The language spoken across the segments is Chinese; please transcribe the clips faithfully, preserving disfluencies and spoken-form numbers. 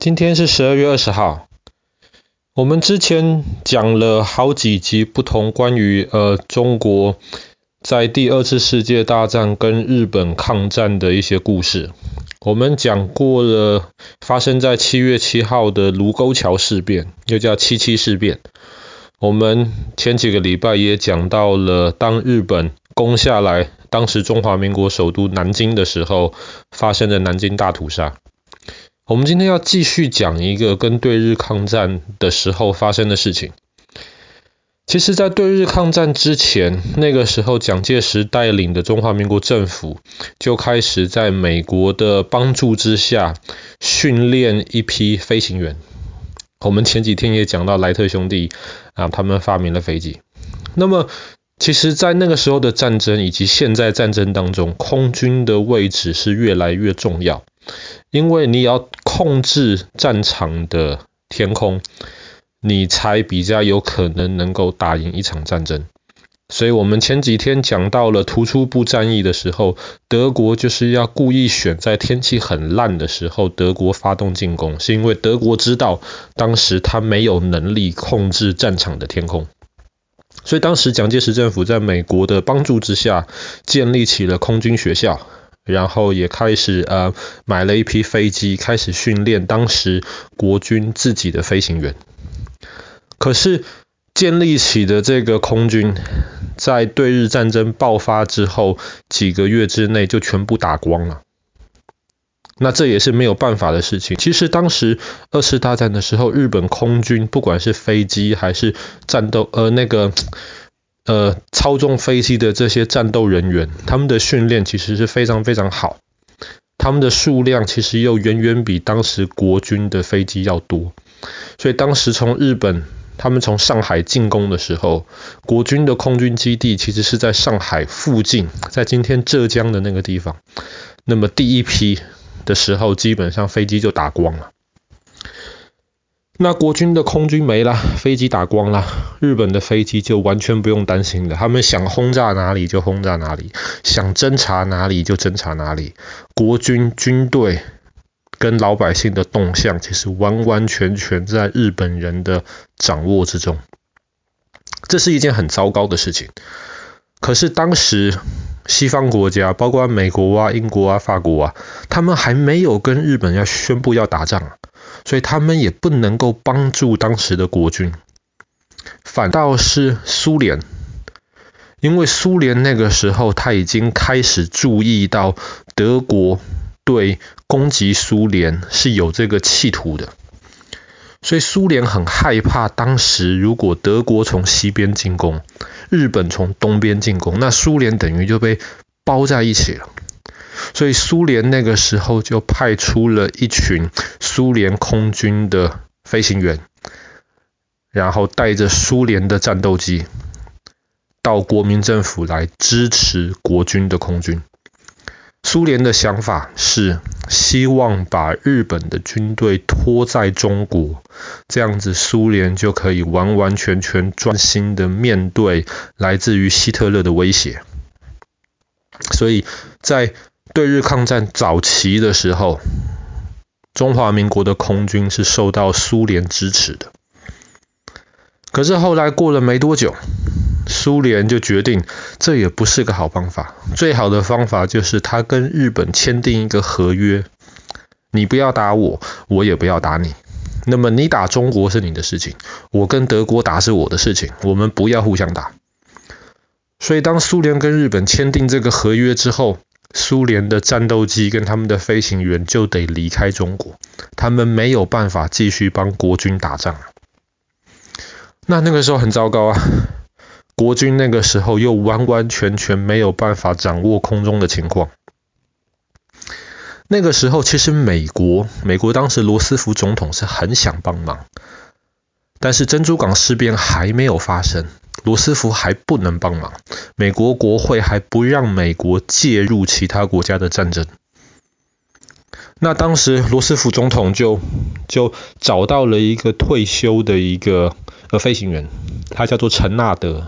今天是十二月二十号。我们之前讲了好几集不同关于呃中国在第二次世界大战跟日本抗战的一些故事。我们讲过了发生在七月七号的卢沟桥事变，又叫七七事变。我们前几个礼拜也讲到了当日本攻下来当时中华民国首都南京的时候发生的南京大屠杀。我们今天要继续讲一个跟对日抗战的时候发生的事情。其实在对日抗战之前，那个时候蒋介石带领的中华民国政府就开始在美国的帮助之下训练一批飞行员。我们前几天也讲到莱特兄弟啊，他们发明了飞机。那么其实在那个时候的战争以及现在战争当中，空军的位置是越来越重要，因为你要控制战场的天空，你才比较有可能能够打赢一场战争。所以我们前几天讲到了突出部战役的时候，德国就是要故意选在天气很烂的时候德国发动进攻，是因为德国知道当时他没有能力控制战场的天空。所以当时蒋介石政府在美国的帮助之下建立起了空军学校，然后也开始呃买了一批飞机，开始训练当时国军自己的飞行员。可是建立起的这个空军在对日战争爆发之后几个月之内就全部打光了。那这也是没有办法的事情。其实当时二次大战的时候，日本空军不管是飞机还是战斗呃那个呃操纵飞机的这些战斗人员，他们的训练其实是非常非常好，他们的数量其实又远远比当时国军的飞机要多。所以当时从日本他们从上海进攻的时候，国军的空军基地其实是在上海附近，在今天浙江的那个地方。那么第一批的时候基本上飞机就打光了。那国军的空军没了，飞机打光了，日本的飞机就完全不用担心了，他们想轰炸哪里就轰炸哪里，想侦察哪里就侦察哪里。国军军队跟老百姓的动向其实完完全全在日本人的掌握之中，这是一件很糟糕的事情。可是当时西方国家包括美国啊、英国啊、法国啊，他们还没有跟日本要宣布要打仗，所以他们也不能够帮助当时的国军。反倒是苏联，因为苏联那个时候他已经开始注意到德国对攻击苏联是有这个企图的，所以苏联很害怕当时如果德国从西边进攻，日本从东边进攻，那苏联等于就被包在一起了。所以苏联那个时候就派出了一群苏联空军的飞行员，然后带着苏联的战斗机到国民政府来支持国军的空军。苏联的想法是希望把日本的军队拖在中国，这样子苏联就可以完完全全专心的面对来自于希特勒的威胁。所以在对日抗战早期的时候，中华民国的空军是受到苏联支持的。可是后来过了没多久，苏联就决定这也不是个好方法，最好的方法就是他跟日本签订一个合约，你不要打我，我也不要打你。那么你打中国是你的事情，我跟德国打是我的事情，我们不要互相打。所以当苏联跟日本签订这个合约之后，苏联的战斗机跟他们的飞行员就得离开中国，他们没有办法继续帮国军打仗。那那个时候很糟糕啊，国军那个时候又完完全全没有办法掌握空中的情况。那个时候其实美国美国当时罗斯福总统是很想帮忙，但是珍珠港事变还没有发生，罗斯福还不能帮忙，美国国会还不让美国介入其他国家的战争。那当时罗斯福总统就就找到了一个退休的一个呃飞行员，他叫做陈纳德。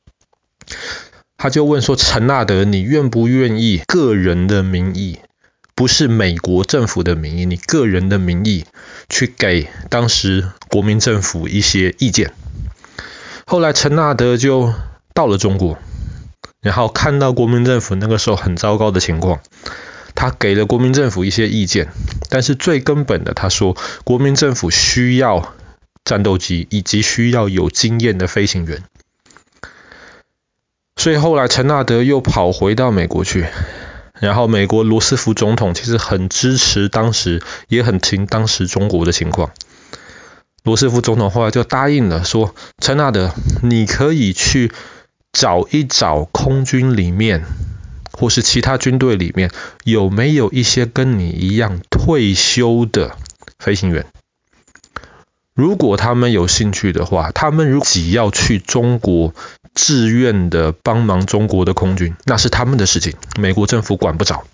他就问说，陈纳德，你愿不愿意个人的名义不是美国政府的名义，你个人的名义去给当时国民政府一些意见。后来陈纳德就到了中国，然后看到国民政府那个时候很糟糕的情况，他给了国民政府一些意见，但是最根本的，他说国民政府需要战斗机以及需要有经验的飞行员。所以后来陈纳德又跑回到美国去，然后美国罗斯福总统其实很支持当时，也很听当时中国的情况。罗斯福总统后来就答应了，说陈纳德，你可以去找一找空军里面或是其他军队里面有没有一些跟你一样退休的飞行员。如果他们有兴趣的话，他们如果只要去中国自愿的帮忙中国的空军，那是他们的事情，美国政府管不着。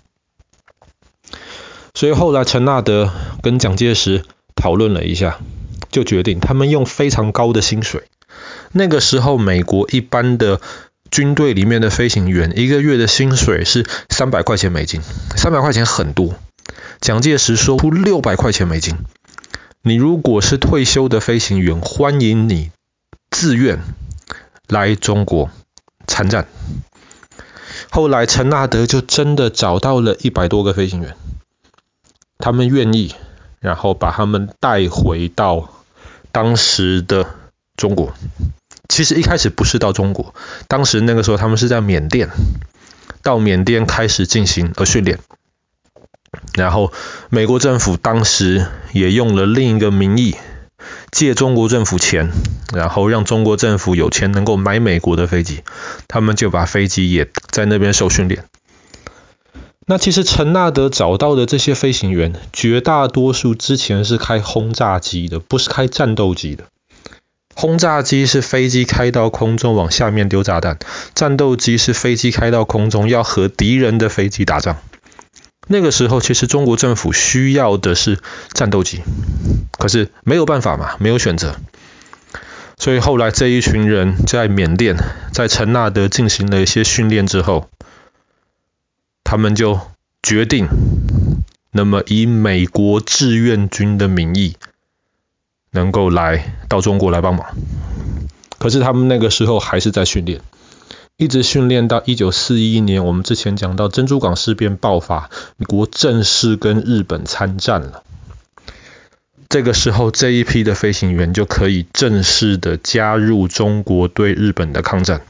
所以后来陈纳德跟蒋介石讨论了一下，就决定他们用非常高的薪水。那个时候美国一般的军队里面的飞行员一个月的薪水是三百块钱美金，三百块钱很多。蒋介石说出六百块钱美金，你如果是退休的飞行员，欢迎你自愿来中国参战。后来陈纳德就真的找到了一百多个飞行员，他们愿意，然后把他们带回到当时的中国。其实一开始不是到中国，当时那个时候他们是在缅甸，到缅甸开始进行而训练。然后美国政府当时也用了另一个名义，借中国政府钱，然后让中国政府有钱能够买美国的飞机，他们就把飞机也在那边受训练。那其实陈纳德找到的这些飞行员，绝大多数之前是开轰炸机的，不是开战斗机的。轰炸机是飞机开到空中往下面丢炸弹，战斗机是飞机开到空中要和敌人的飞机打仗。那个时候其实中国政府需要的是战斗机，可是没有办法嘛，没有选择。所以后来这一群人在缅甸，在陈纳德进行了一些训练之后，他们就决定，那么以美国志愿军的名义，能够来到中国来帮忙。可是他们那个时候还是在训练，一直训练到一九四一年，我们之前讲到珍珠港事变爆发，美国正式跟日本参战了。这个时候这一批的飞行员就可以正式的加入中国对日本的抗战。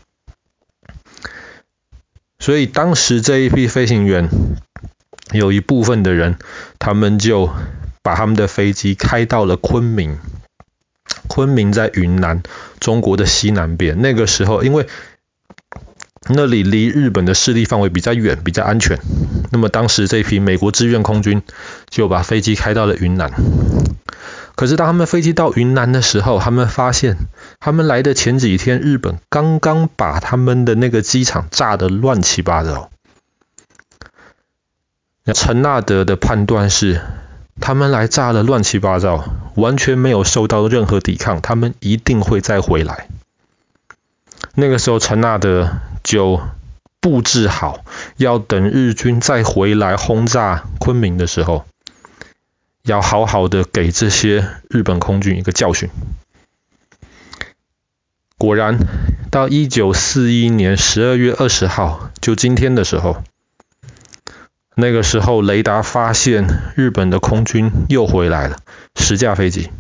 所以当时这一批飞行员有一部分的人，他们就把他们的飞机开到了昆明。昆明在云南，中国的西南边。那个时候因为那里离日本的势力范围比较远，比较安全，那么当时这批美国志愿空军就把飞机开到了云南。可是当他们飞机到云南的时候，他们发现他们来的前几天，日本刚刚把他们的那个机场炸得乱七八糟。陈纳德的判断是，他们来炸了乱七八糟，完全没有受到任何抵抗，他们一定会再回来。那个时候陈纳德就布置好，要等日军再回来轰炸昆明的时候，要好好的给这些日本空军一个教训。果然到一九四一年十二月二十号，就今天的时候，那个时候雷达发现日本的空军又回来了，十架飞机。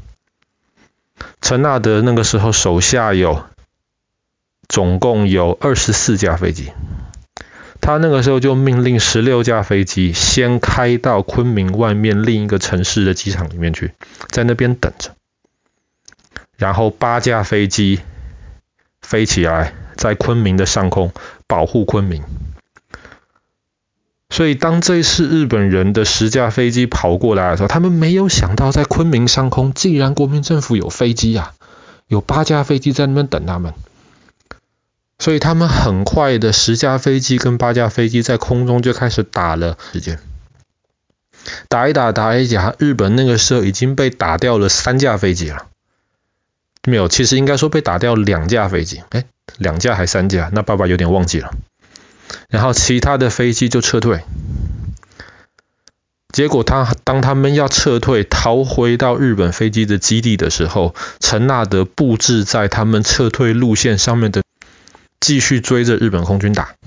陈纳德那个时候手下有总共有二十四架飞机，他那个时候就命令十六架飞机先开到昆明外面另一个城市的机场里面去，在那边等着。然后八架飞机飞起来，在昆明的上空保护昆明。所以当这一次日本人的十架飞机跑过来的时候，他们没有想到在昆明上空竟然国民政府有飞机啊，有八架飞机在那边等他们。所以他们很快的十架飞机跟八架飞机在空中就开始打了时间，打一打打一打，日本那个时候已经被打掉了三架飞机了。没有，其实应该说被打掉两架飞机，哎，两架还三架，那爸爸有点忘记了。然后其他的飞机就撤退。 结果他当他们要撤退逃回到日本飞机的基地的时候，陈纳德布置在他们撤退路线上面的继续追着日本空军打。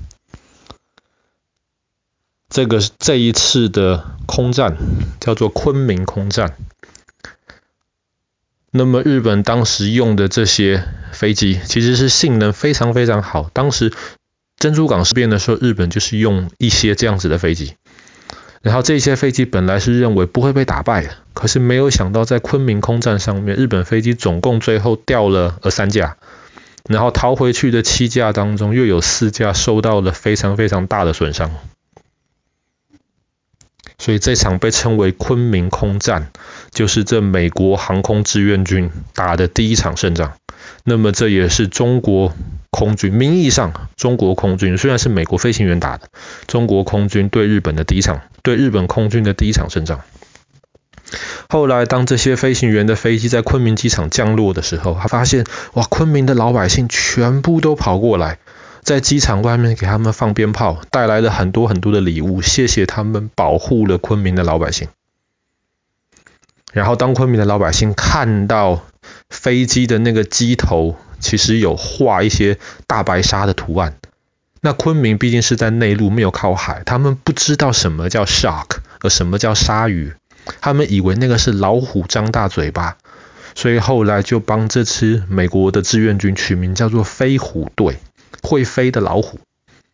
这个这一次的空战叫做昆明空战。那么日本当时用的这些飞机其实是性能非常非常好，当时珍珠港事变的时候，日本就是用一些这样子的飞机。然后这些飞机本来是认为不会被打败的，可是没有想到在昆明空战上面，日本飞机总共最后掉了呃三架，然后逃回去的七架当中，又有四架受到了非常非常大的损伤。所以这场被称为昆明空战，就是这美国航空志愿军打的第一场胜仗。那么这也是中国空军，名义上中国空军虽然是美国飞行员打的，中国空军对日本的第一场，对日本空军的第一场胜仗。后来当这些飞行员的飞机在昆明机场降落的时候，他发现哇，昆明的老百姓全部都跑过来，在机场外面给他们放鞭炮，带来了很多很多的礼物，谢谢他们保护了昆明的老百姓。然后当昆明的老百姓看到飞机的那个机头其实有画一些大白鲨的图案，那昆明毕竟是在内陆，没有靠海，他们不知道什么叫 shark， 而什么叫鲨鱼，他们以为那个是老虎张大嘴巴，所以后来就帮这支美国的志愿军取名叫做飞虎队，会飞的老虎。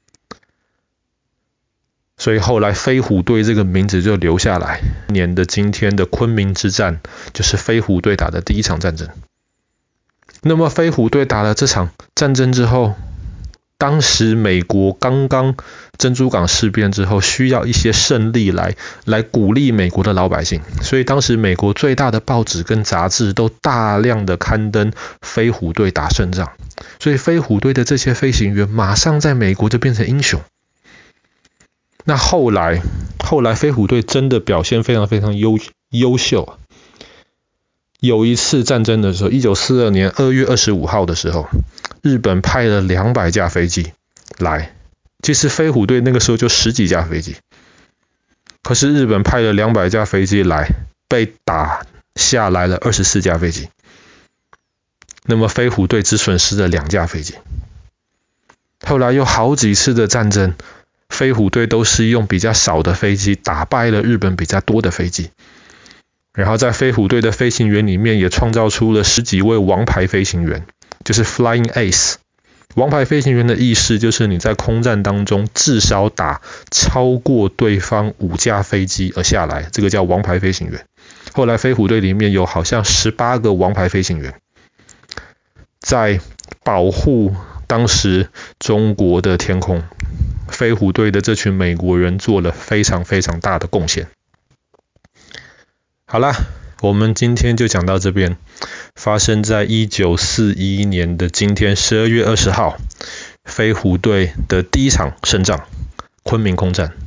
所以后来飞虎队这个名字就留下来，年的今天的昆明之战就是飞虎队打的第一场战争。那么飞虎队打了这场战争之后，当时美国刚刚珍珠港事变之后，需要一些胜利来来鼓励美国的老百姓，所以当时美国最大的报纸跟杂志都大量的刊登飞虎队打胜仗，所以飞虎队的这些飞行员马上在美国就变成英雄。那后来后来飞虎队真的表现非常非常优优秀啊。有一次战争的时候，一九四二年二月二十五号的时候，日本派了两百架飞机来，其实飞虎队那个时候就十几架飞机，可是日本派了两百架飞机来，被打下来了二十四架飞机，那么飞虎队只损失了两架飞机。后来有好几次的战争，飞虎队都是用比较少的飞机打败了日本比较多的飞机，然后在飞虎队的飞行员里面也创造出了十几位王牌飞行员，就是 Flying Ace。 王牌飞行员的意思就是你在空战当中至少打超过对方五架飞机而下来，这个叫王牌飞行员。后来飞虎队里面有好像十八个王牌飞行员，在保护当时中国的天空，飞虎队的这群美国人做了非常非常大的贡献。好啦，我们今天就讲到这边。发生在一九四一年的今天十二月二十号，飞虎队的第一场胜仗，昆明空战。